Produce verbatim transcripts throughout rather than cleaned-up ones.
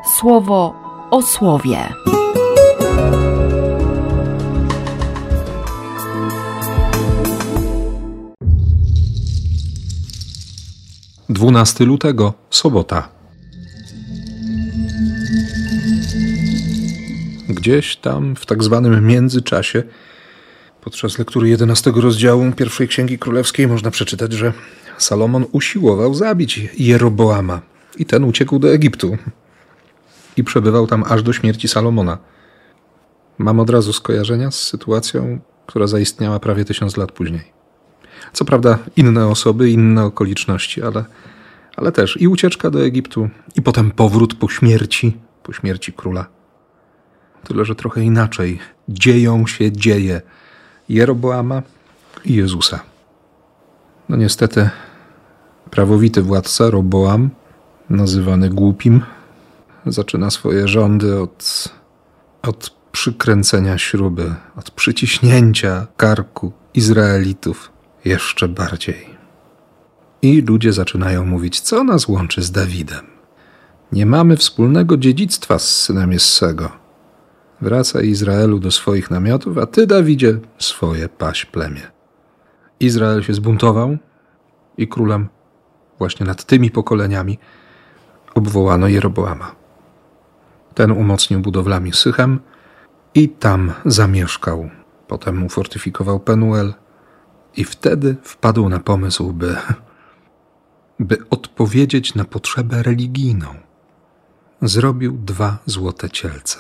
Słowo o słowie. dwunastego lutego, sobota. Gdzieś tam w tak zwanym międzyczasie, podczas lektury jedenastego rozdziału pierwszej Księgi Królewskiej można przeczytać, że Salomon usiłował zabić Jeroboama i ten uciekł do Egiptu i przebywał tam aż do śmierci Salomona. Mam od razu skojarzenia z sytuacją, która zaistniała prawie tysiąc lat później. Co prawda inne osoby, inne okoliczności, ale, ale też i ucieczka do Egiptu, i potem powrót po śmierci, po śmierci króla. Tyle, że trochę inaczej dzieją się dzieje Jeroboama i Jezusa. No niestety prawowity władca Roboam, nazywany głupim, zaczyna swoje rządy od, od przykręcenia śruby, od przyciśnięcia karku Izraelitów jeszcze bardziej. I ludzie zaczynają mówić, co nas łączy z Dawidem? Nie mamy wspólnego dziedzictwa z synem Jessego. Wracaj, Izraelu, do swoich namiotów, a ty, Dawidzie, swoje paś plemię. Izrael się zbuntował i królem właśnie nad tymi pokoleniami obwołano Jeroboama. Ten umocnił budowlami Sychem i tam zamieszkał. Potem ufortyfikował Penuel i wtedy wpadł na pomysł, by, by odpowiedzieć na potrzebę religijną. Zrobił dwa złote cielce.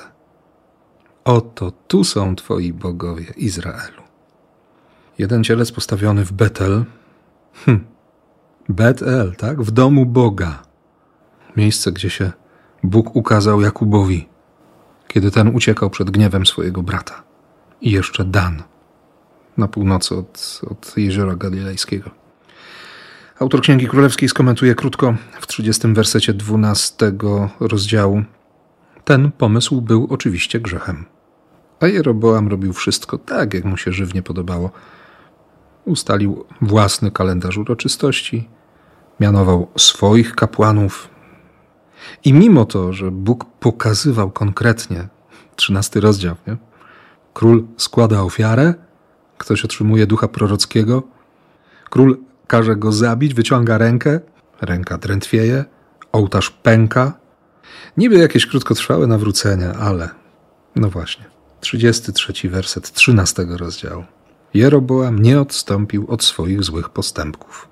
Oto tu są twoi bogowie, Izraelu. Jeden cielec postawiony w Betel. Hm. Betel, tak? W domu Boga. Miejsce, gdzie się Bóg ukazał Jakubowi, kiedy ten uciekał przed gniewem swojego brata. I jeszcze Dan, na północy od, od Jeziora Galilejskiego. Autor Księgi Królewskiej skomentuje krótko w trzydziestym wersecie dwunastego rozdziału. Ten pomysł był oczywiście grzechem. A Jeroboam robił wszystko tak, jak mu się żywnie podobało. Ustalił własny kalendarz uroczystości, mianował swoich kapłanów. I mimo to, że Bóg pokazywał konkretnie, trzynasty rozdział, nie? Król składa ofiarę, ktoś otrzymuje ducha prorockiego, król każe go zabić, wyciąga rękę, ręka drętwieje, ołtarz pęka. Niby jakieś krótkotrwałe nawrócenia, ale no właśnie, trzydziesty trzeci werset trzynastego rozdziału. Jeroboam nie odstąpił od swoich złych postępków.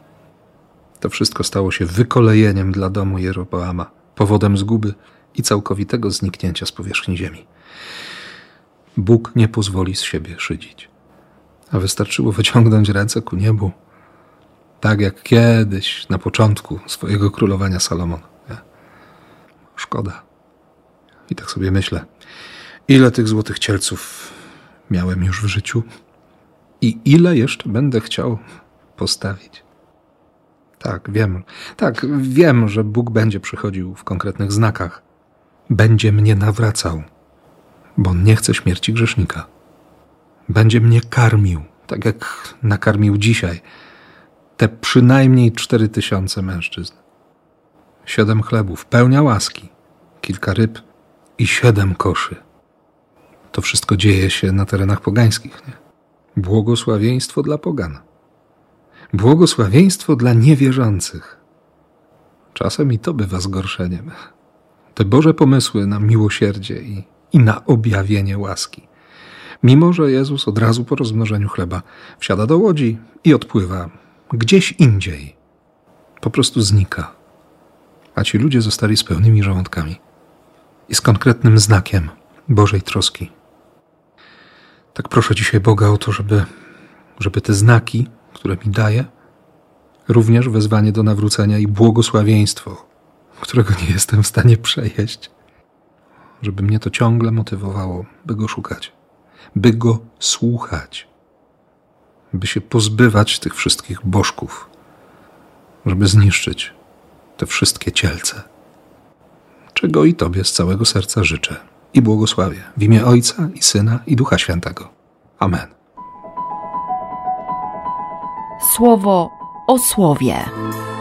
To wszystko stało się wykolejeniem dla domu Jeroboama, powodem zguby i całkowitego zniknięcia z powierzchni ziemi. Bóg nie pozwoli z siebie szydzić. A wystarczyło wyciągnąć ręce ku niebu, tak jak kiedyś na początku swojego królowania Salomon. Nie? Szkoda. I tak sobie myślę, ile tych złotych cielców miałem już w życiu i ile jeszcze będę chciał postawić. Tak, wiem. Tak, wiem, że Bóg będzie przychodził w konkretnych znakach. Będzie mnie nawracał, bo On nie chce śmierci grzesznika. Będzie mnie karmił, tak jak nakarmił dzisiaj te przynajmniej cztery tysiące mężczyzn. Siedem chlebów, pełnia łaski, kilka ryb i siedem koszy. To wszystko dzieje się na terenach pogańskich, nie? Błogosławieństwo dla pogan. Błogosławieństwo dla niewierzących. Czasem i to bywa zgorszeniem. Te Boże pomysły na miłosierdzie i, i na objawienie łaski. Mimo że Jezus od razu po rozmnożeniu chleba wsiada do łodzi i odpływa gdzieś indziej. Po prostu znika. A ci ludzie zostali z pełnymi żołądkami i z konkretnym znakiem Bożej troski. Tak proszę dzisiaj Boga o to, żeby, żeby te znaki, które mi daje, również wezwanie do nawrócenia i błogosławieństwo, którego nie jestem w stanie przejeść, żeby mnie to ciągle motywowało, by Go szukać, by Go słuchać, by się pozbywać tych wszystkich bożków, żeby zniszczyć te wszystkie cielce, czego i Tobie z całego serca życzę i błogosławię w imię Ojca i Syna i Ducha Świętego. Amen. Słowo o słowie.